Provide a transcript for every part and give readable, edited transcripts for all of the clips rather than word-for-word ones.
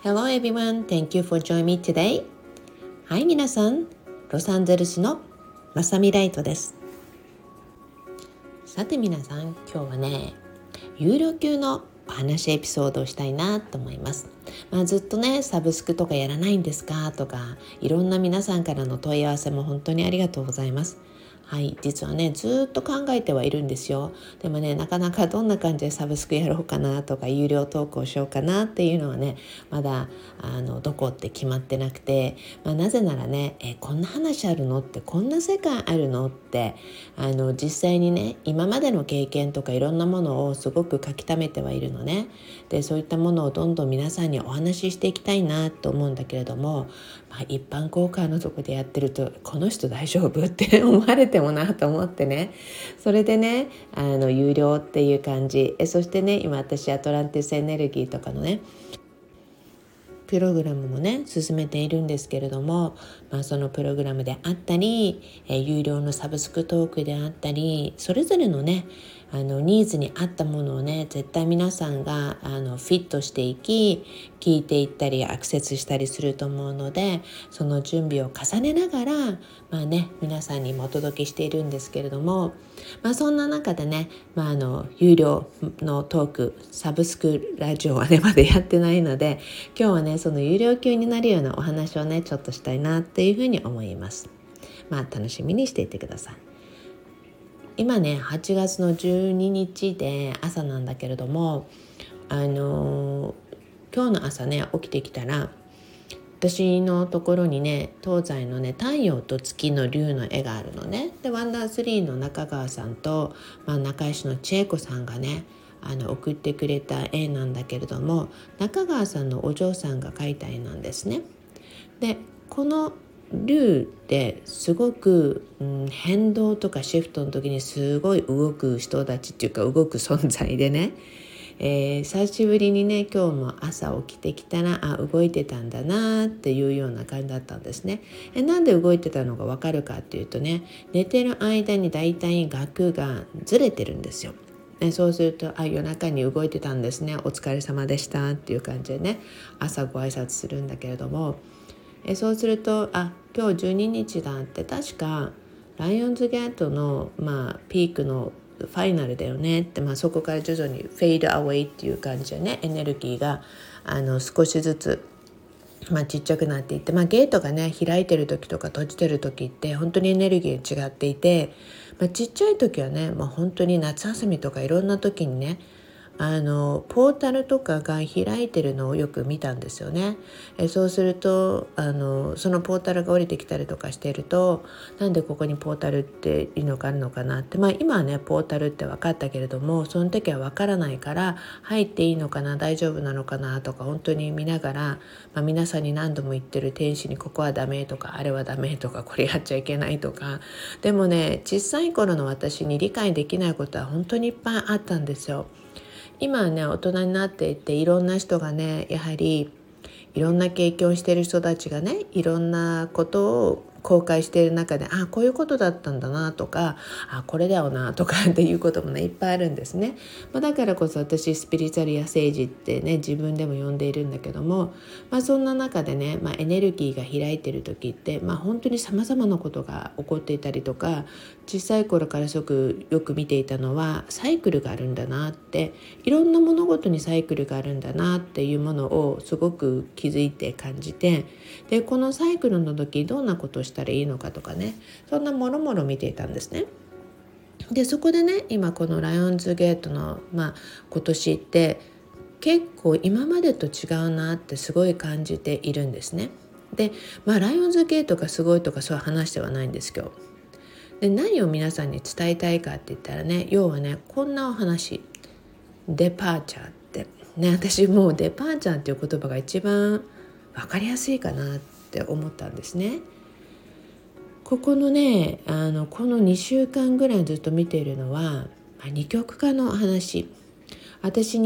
Hello everyone, thank you for joining me today. はい、皆さん、ロサンゼルスのまさみライトです。さて皆さん、今日はね、有料級のお話エピソードをしたいなと思います。ずっとね、サブスクとかやらないんですかとか、いろんな皆さんからの問い合わせも本当にありがとうございます。はい、実はねずっと考えてはいるんですよ。でもね、なかなかどんな感じでサブスクやろうかなとか有料投稿しようかなっていうのはね、まだどこって決まってなくて、なぜならね、こんな話あるのって、こんな世界あるのって実際にね、今までの経験とかいろんなものをすごく書き溜めてはいるのね。でそういったものをどんどん皆さんにお話ししていきたいなと思うんだけれども、一般公開のとこでやってると、この人大丈夫って思われてもなと思ってね、それでね有料っていう感じ。そしてね、今私アトランティスエネルギーとかのねプログラムもね進めているんですけれども、そのプログラムであったり、有料のサブスクトークであったり、それぞれのねニーズに合ったものをね、絶対皆さんがフィットしていき、聞いていったりアクセスしたりすると思うので、その準備を重ねながら皆さんにもお届けしているんですけれども、そんな中でね、有料のトーク、サブスクラジオはねまだやってないので、今日はねその有料級になるようなお話をねちょっとしたいなっていうふうに思います。楽しみにしていてください。今ね8月の12日で朝なんだけれども、今日の朝ね起きてきたら、私のところにね東西のね太陽と月の竜の絵があるのね。でワンダー3の中川さんと、仲良しの千恵子さんがね送ってくれた絵なんだけれども、中川さんのお嬢さんが描いた絵なんですね。でこの竜ってすごく、変動とかシフトの時にすごい動く人たちっていうか動く存在でね、久しぶりにね今日も朝起きてきたら動いてたんだなっていうような感じだったんですね。なんで動いてたのが分かるかっていうとね、寝てる間にだいたい額がずれてるんですよ。そうすると夜中に動いてたんですね、お疲れ様でしたっていう感じでね朝ご挨拶するんだけれども、そうすると今日12日だって、確かライオンズゲートの、ピークのファイナルだよねって、そこから徐々にフェイドアウェイっていう感じでね、エネルギーが少しずつちっちゃくなっていって、ゲートがね開いてる時とか閉じてる時って本当にエネルギー違っていて、ちっちゃい時はね、本当に夏休みとかいろんな時にねポータルとかが開いてるのをよく見たんですよね。そうするとそのポータルが降りてきたりとかしていると、なんでここにポータルっていうのがあるのかなって、今はねポータルって分かったけれども、その時は分からないから入っていいのかな、大丈夫なのかなとか本当に見ながら、皆さんに何度も言ってる天使にここはダメとかあれはダメとかこれやっちゃいけないとか、でもね小さい頃の私に理解できないことは本当にいっぱいあったんですよ。今はね大人になっていて、いろんな人がねやはりいろんな経験をしている人たちがねいろんなことを公開している中で、こういうことだったんだなとか、これだよなとかっていうこともねいっぱいあるんですね。だからこそ私スピリチュアルや政治ってね自分でも呼んでいるんだけども、そんな中でね、エネルギーが開いてる時って、本当に様々なことが起こっていたりとか、小さい頃からすごくよく見ていたのはサイクルがあるんだなって、いろんな物事にサイクルがあるんだなっていうものをすごく気づいて感じて、でこのサイクルの時どんなことをしたらいいのかとかね、そんなもろもろ見ていたんですね。でそこでね今このライオンズゲートの、今年って結構今までと違うなってすごい感じているんですね。でライオンズゲートがすごいとかそういう話ではないんですけど、で何を皆さんに伝えたいかって言ったらね、要はねこんなお話、デパーチャーってね、私もうデパーチャーっていう言葉が一番分かりやすいかなって思ったんですね。ここのねこの2週間ぐらいずっと見ているのは、二極化の話。私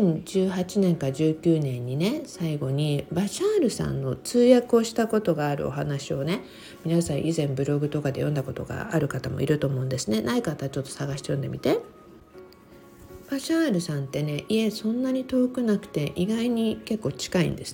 2018年か19年にね最後にバシャールさんの通訳をしたことがあるお話をね、皆さん以前ブログとかで読んだことがある方もいると思うんですね。ない方はちょっと探して読んでみて。バシャールさんってね、そんなに遠くなくて意外に結構近いんですね。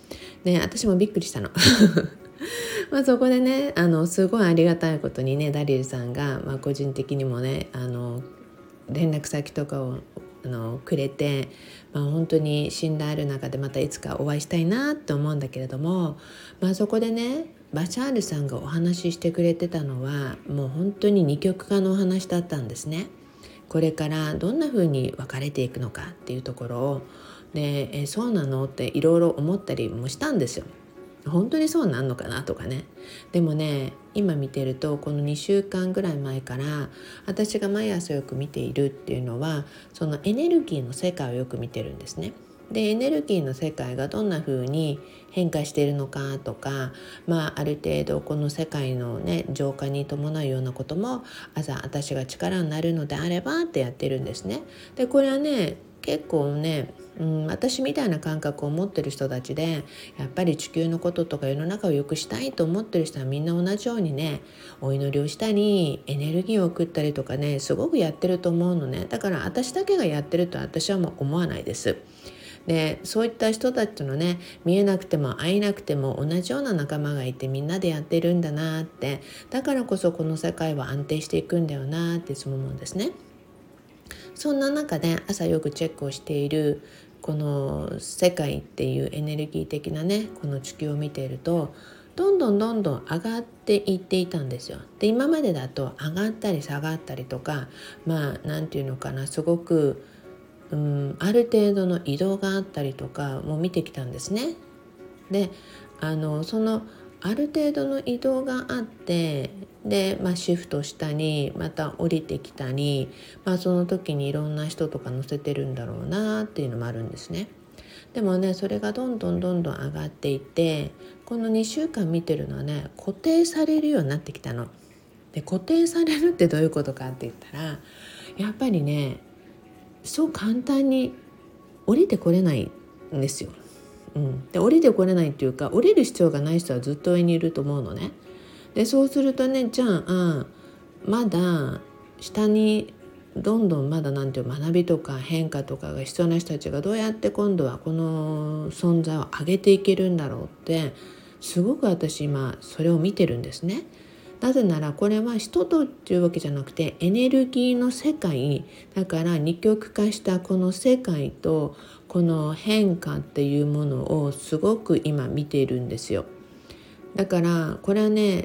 で私もびっくりしたのそこでねすごいありがたいことにねダリルさんが、個人的にもね連絡先とかをくれて、本当に信頼ある中でまたいつかお会いしたいなって思うんだけれども、そこでねバシャールさんがお話ししてくれてたのはもう本当に二極化のお話だったんですね。これからどんな風に分かれていくのかっていうところをで、そうなのっていろいろ思ったりもしたんですよ。本当にそうなんのかなとかね。でもね今見てるとこの2週間ぐらい前から私が毎朝よく見ているっていうのはそのエネルギーの世界をよく見てるんですね。でエネルギーの世界がどんな風に変化しているのかとか、ある程度この世界のね浄化に伴うようなことも朝私が力になるのであればってやってるんですね。でこれはね結構ね、私みたいな感覚を持ってる人たちでやっぱり地球のこととか世の中を良くしたいと思ってる人はみんな同じようにねお祈りをしたりエネルギーを送ったりとかねすごくやってると思うのね。だから私だけがやってると私はもう思わないです。でそういった人たちのね見えなくても会えなくても同じような仲間がいてみんなでやってるんだなって、だからこそこの世界は安定していくんだよなっていつも思うんですね。そんな中で朝よくチェックをしているこの世界っていうエネルギー的なねこの地球を見ているとどんどん上がっていっていたんですよ。で今までだと上がったり下がったりとかなんていうのかなすごくある程度の移動があったりとかも見てきたんですね。でそのある程度の移動があってで、シフトしたりまた降りてきたり、その時にいろんな人とか乗せてるんだろうなっていうのもあるんですね。でもねそれがどんどん上がっていってこの2週間見てるのはね固定されるようになってきたの。で固定されるってどういうことかって言ったらやっぱりねそう簡単に降りてこれないんですよ。で降りてこれないっていうか降りる必要がない人はずっと上にいると思うのね。でそうするとねじゃあまだ下にどんどんまだなんていう学びとか変化とかが必要な人たちがどうやって今度はこの存在を上げていけるんだろうってすごく私今それを見てるんですね。なぜならこれは人とっていうわけじゃなくてエネルギーの世界だから二極化したこの世界とこの変化っていうものをすごく今見ているんですよ。だからこれはね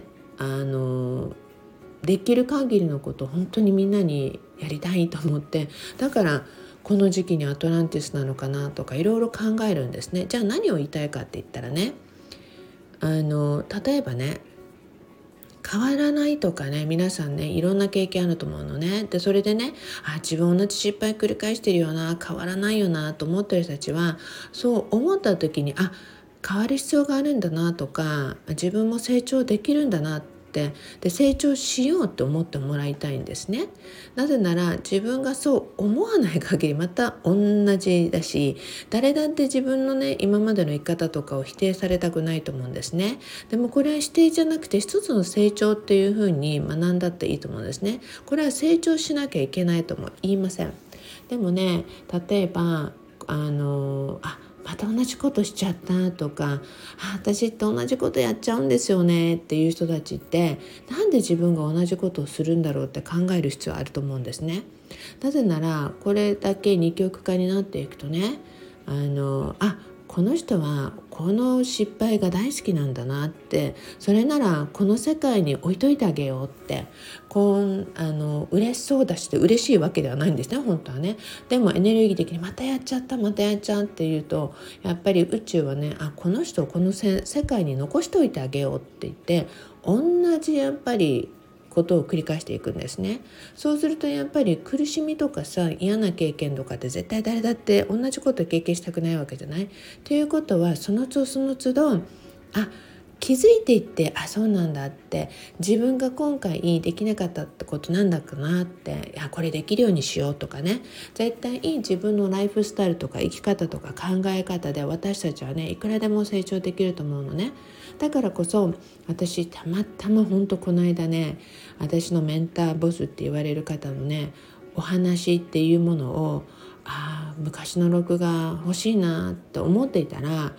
できる限りのことを本当にみんなにやりたいと思ってだからこの時期にアトランティスなのかなとかいろいろ考えるんですね。じゃあ何を言いたいかって言ったらね例えばね変わらないとかね皆さんねいろんな経験あると思うのね。でそれでね自分同じ失敗繰り返してるよな変わらないよなと思ってる人たちはそう思った時に変わる必要があるんだなとか自分も成長できるんだなってで成長しようって思ってもらいたいんですね。なぜなら自分がそう思わない限りまた同じだし誰だって自分のね今までの生き方とかを否定されたくないと思うんですね。でもこれは否定じゃなくて一つの成長っていうふうに学んだっていいと思うんですね。これは成長しなきゃいけないとも言いません。でもね例えばまた同じことしちゃったとか私って同じことやっちゃうんですよねっていう人たちってなんで自分が同じことをするんだろうって考える必要あると思うんですね。なぜならこれだけ二極化になっていくとねこの人はこの失敗が大好きなんだなってそれならこの世界に置いといてあげようって嬉しそうだして嬉しいわけではないんですね本当はね。でもエネルギー的にまたやっちゃったっていうとやっぱり宇宙はねこの人をこの世界に残しておいてあげようって言って同じやっぱりことを繰り返していくんですね。そうするとやっぱり苦しみとか嫌な経験とかって絶対誰だって同じことを経験したくないわけじゃない。ということはその都度気づいていってそうなんだって自分が今回できなかったってことなんだかなってこれできるようにしようとかね絶対自分のライフスタイルとか生き方とか考え方で私たちはねいくらでも成長できると思うのね。だからこそ私たまたま本当この間ね私のメンターボスって言われる方のねお話っていうものを昔の録画欲しいなって思っていたら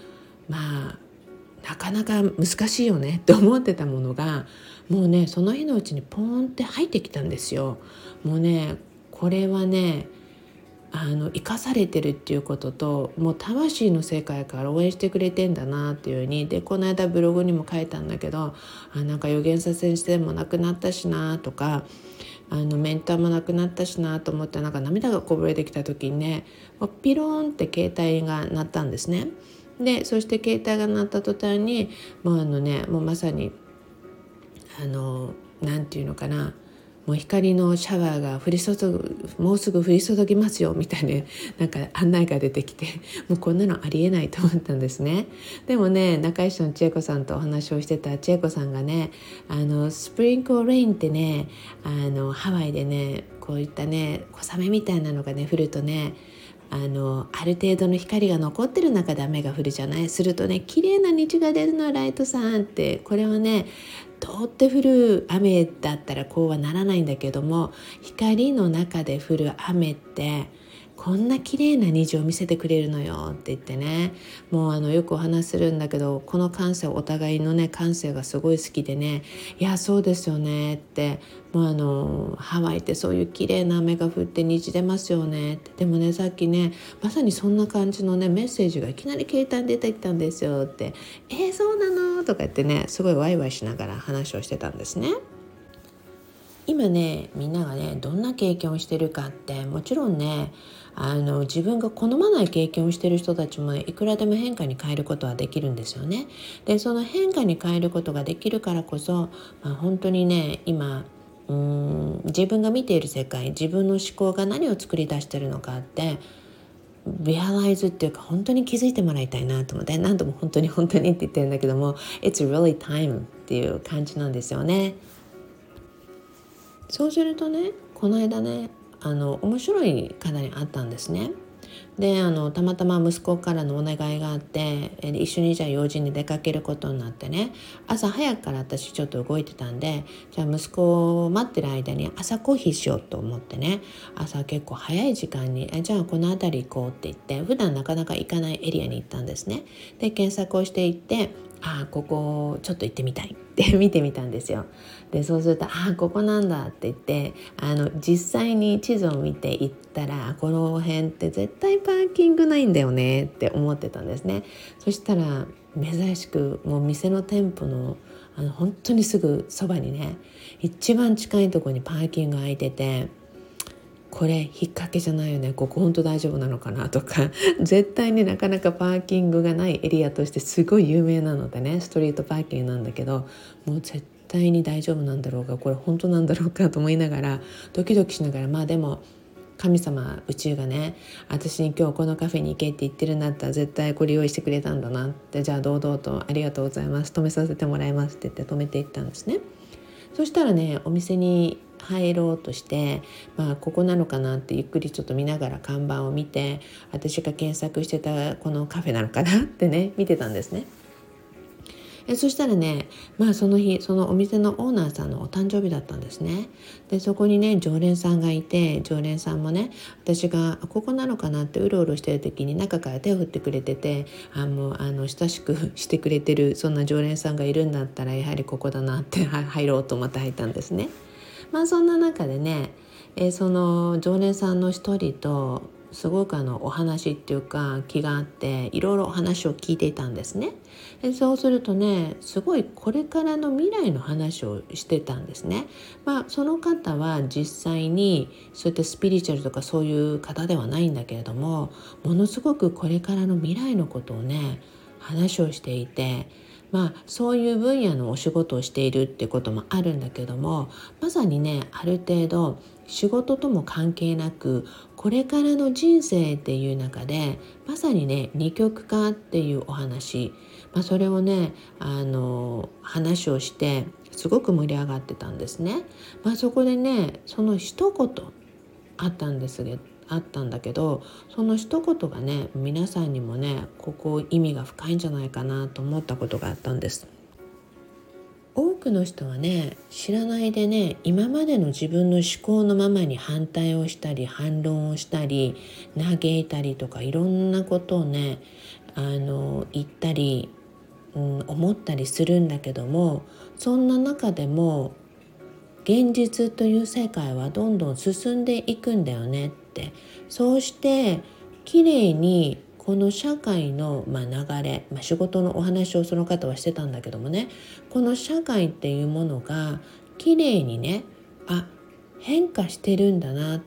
なかなか難しいよねって思ってたものが、もうねその日のうちにポーンって入ってきたんですよ。もうねこれはね生かされてるっていうことと、もう魂の世界から応援してくれてんだなっていう風に、でこの間ブログにも書いたんだけど、なんか預言者先生も亡くなったしなとか、メンターも亡くなったしなと思って、なんか涙がこぼれてきた時にね、ピローンって携帯が鳴ったんですね。でそして携帯が鳴った途端にもうまさになんていうのかな、もう光のシャワーが降り注ぐ、もうすぐ降り注ぎますよみたいな、なんか案内が出てきて、もうこんなのありえないと思ったんですね。でもね、仲良しの千恵子さんとお話をしてた千恵子さんがね、スプリンクルレインってね、ハワイでねこういったね小雨みたいなのがね降るとね、ある程度の光が残ってる中で雨が降るじゃない。するとね綺麗な虹が出るの、ライトさんって。これはね通って降る雨だったらこうはならないんだけども、光の中で降る雨ってこんな綺麗な虹を見せてくれるのよって言ってね、もうよくお話しするんだけど、この感性、お互いのね感性がすごい好きでね、いやそうですよねって、もうハワイってそういう綺麗な雨が降って虹出ますよねって。でもねさっきねまさにそんな感じのねメッセージがいきなり携帯に出てきたんですよって、そうなのとか言ってね、すごいワイワイしながら話をしてたんですね。今ねみんながねどんな経験をしてるかって、もちろんね自分が好まない経験をしている人たちもいくらでも変化に変えることはできるんですよね。でその変化に変えることができるからこそ、本当にね今自分が見ている世界、自分の思考が何を作り出しているのかってリアライズっていうか、本当に気づいてもらいたいなと思って、何度も本当に本当にって言ってるんだけども、 It's really time っていう感じなんですよね。そうするとね、この間ね面白い方に会ったんですね。でたまたま息子からのお願いがあって、一緒にじゃあ用事に出かけることになってね、朝早くから私ちょっと動いてたんで、じゃあ息子を待ってる間に朝コーヒーしようと思ってね、朝結構早い時間にじゃあこの辺り行こうって言って、普段なかなか行かないエリアに行ったんですね。で検索をしていって、ここちょっと行ってみたいって見てみたんですよ。でそうするとここなんだって言って、実際に地図を見て行ったら、この辺って絶対パーキングないんだよねって思ってたんですね。そしたら珍しくもう店の店舗の本当にすぐそばにね、一番近いところにパーキング空いてて、これ引っ掛けじゃないよね、ここ本当大丈夫なのかなとか絶対になかなかパーキングがないエリアとしてすごい有名なのでね、ストリートパーキングなんだけど、もう絶対に大丈夫なんだろうか、これ本当なんだろうかと思いながら、ドキドキしながら、でも神様宇宙がね、私に今日このカフェに行けって言ってるんだったら絶対これ用意してくれたんだなって、じゃあ堂々とありがとうございます、止めさせてもらいますって言って止めていったんですね。そしたらねお店に入ろうとして、ここなのかなってゆっくりちょっと見ながら看板を見て、私が検索してたこのカフェなのかなってね見てたんですね。そしたらね、その日そのお店のオーナーさんのお誕生日だったんですね。でそこにね常連さんがいて、常連さんもね私がここなのかなってうろうろしてる時に中から手を振ってくれてて、もう親しくしてくれてるそんな常連さんがいるんだったらやはりここだなって入ろうと思って入ったんですね。そんな中でね、その常連さんの一人とすごくお話っていうか気があって、いろいろお話を聞いていたんですね。そうするとね、すごいこれからの未来の話をしてたんですね。その方は実際にそういったスピリチュアルとかそういう方ではないんだけれども、ものすごくこれからの未来のことをね話をしていて、そういう分野のお仕事をしているってこともあるんだけども、まさにねある程度仕事とも関係なくこれからの人生っていう中でまさにね二極化っていうお話、それをね話をしてすごく盛り上がってたんですね。そこでねその一言あったんだけど、その一言がね皆さんにもねここ意味が深いんじゃないかなと思ったことがあったんです。多くの人はね知らないでね、今までの自分の思考のままに反対をしたり反論をしたり嘆いたりとかいろんなことをね言ったり、思ったりするんだけども、そんな中でも現実という世界はどんどん進んでいくんだよねって。そうしてきれいにこの社会の、流れ、仕事のお話をその方はしてたんだけどもね、この社会っていうものがきれいにね、変化してるんだなって、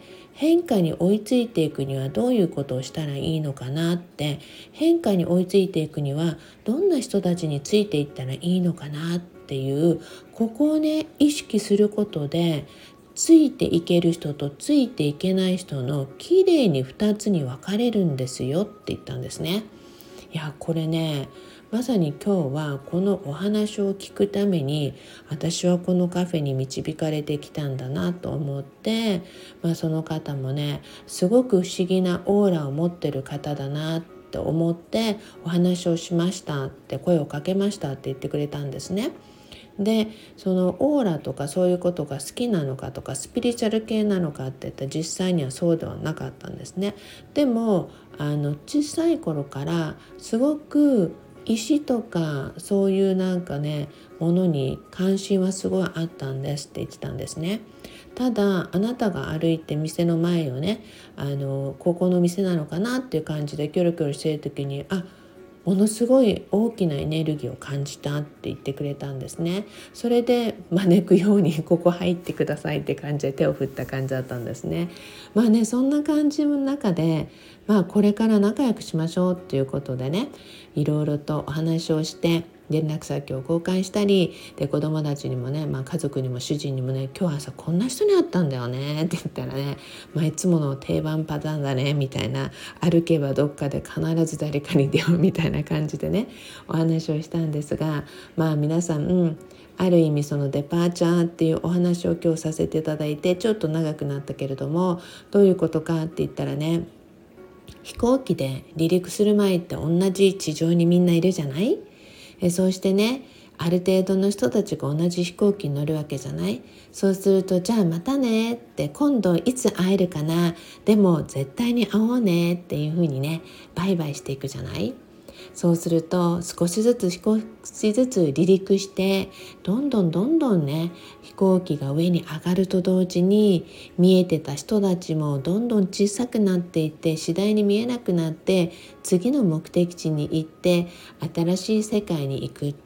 変化に追いついていくにはどういうことをしたらいいのかなって、変化に追いついていくにはどんな人たちについていったらいいのかなっていう、ここをね意識することで、ついていける人とついていけない人のきれいに2つに分かれるんですよって言ったんですね。いや、これね、まさに今日はこのお話を聞くために私はこのカフェに導かれてきたんだなと思って、その方もね、すごく不思議なオーラを持ってる方だなと思ってお話をしましたって声をかけましたって言ってくれたんですね。で、そのオーラとかそういうことが好きなのかとかスピリチュアル系なのかって言ったら実際にはそうではなかったんですね。でも小さい頃からすごく石とかそういうものに関心はすごいあったんですって言ってたんですね。ただあなたが歩いて店の前をね、ここの店なのかなっていう感じでキョロキョロしてる時に、ものすごい大きなエネルギーを感じたって言ってくれたんですね。それで招くようにここ入ってくださいって感じで手を振った感じだったんですね。そんな感じの中で、これから仲良くしましょうっていうことでね、いろいろとお話をして連絡先を交換したりで、子供たちにもね、家族にも主人にもね、今日朝こんな人に会ったんだよねって言ったらね、いつもの定番パターンだねみたいな、歩けばどっかで必ず誰かに出会うみたいな感じでねお話をしたんですが、皆さん、ある意味そのデパーチャーっていうお話を今日させていただいてちょっと長くなったけれども、どういうことかって言ったらね、飛行機で離陸する前って同じ地上にみんないるじゃない？そうしてね、ある程度の人たちが同じ飛行機に乗るわけじゃない。そうすると、じゃあまたねって、今度いつ会えるかな、でも絶対に会おうねっていう風にね、バイバイしていくじゃない。そうすると少しずつ離陸して、どんどんね飛行機が上に上がると同時に、見えてた人たちもどんどん小さくなっていって、次第に見えなくなって、次の目的地に行って新しい世界に行くって、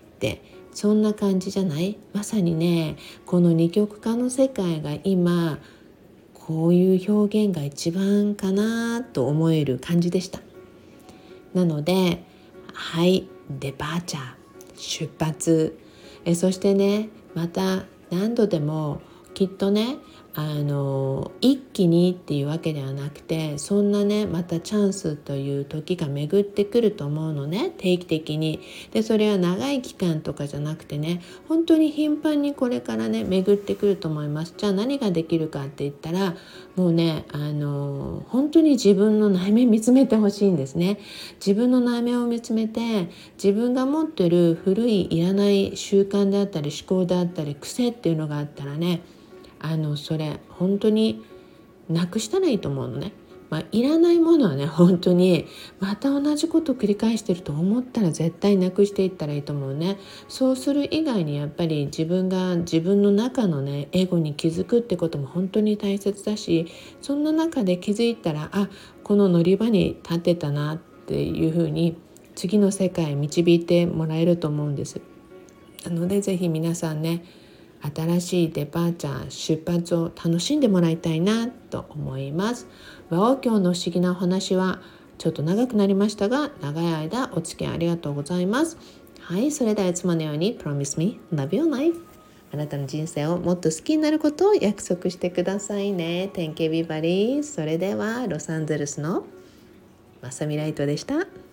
そんな感じじゃない？まさにね、この二極化の世界が今こういう表現が一番かなと思える感じでした。なので、はい、デパーチャー、出発、そしてね、また何度でもきっとね、一気にっていうわけではなくて、そんなねまたチャンスという時が巡ってくると思うのね、定期的に。でそれは長い期間とかじゃなくてね、本当に頻繁にこれからね巡ってくると思います。じゃあ何ができるかって言ったら、もうね本当に自分の内面見つめてほしいんですね。自分の内面を見つめて、自分が持ってる古いいらない習慣であったり思考であったり癖っていうのがあったらね、それ本当になくしたらいいと思うのね。いらないものはね、本当にまた同じことを繰り返してると思ったら絶対なくしていったらいいと思うね。そうする以外にやっぱり自分が自分の中のねエゴに気づくってことも本当に大切だし、そんな中で気づいたら、この乗り場に立ってたなっていうふうに次の世界へ導いてもらえると思うんです。なのでぜひ皆さんね、新しいデパーチャー出発を楽しんでもらいたいなと思います。今日の不思議なお話はちょっと長くなりましたが、長い間お付き合いありがとうございます。はい、それではいつものように Promise me love your life、 あなたの人生をもっと好きになることを約束してくださいね。 Thank you everybody。 それではロサンゼルスのまさみライトでした。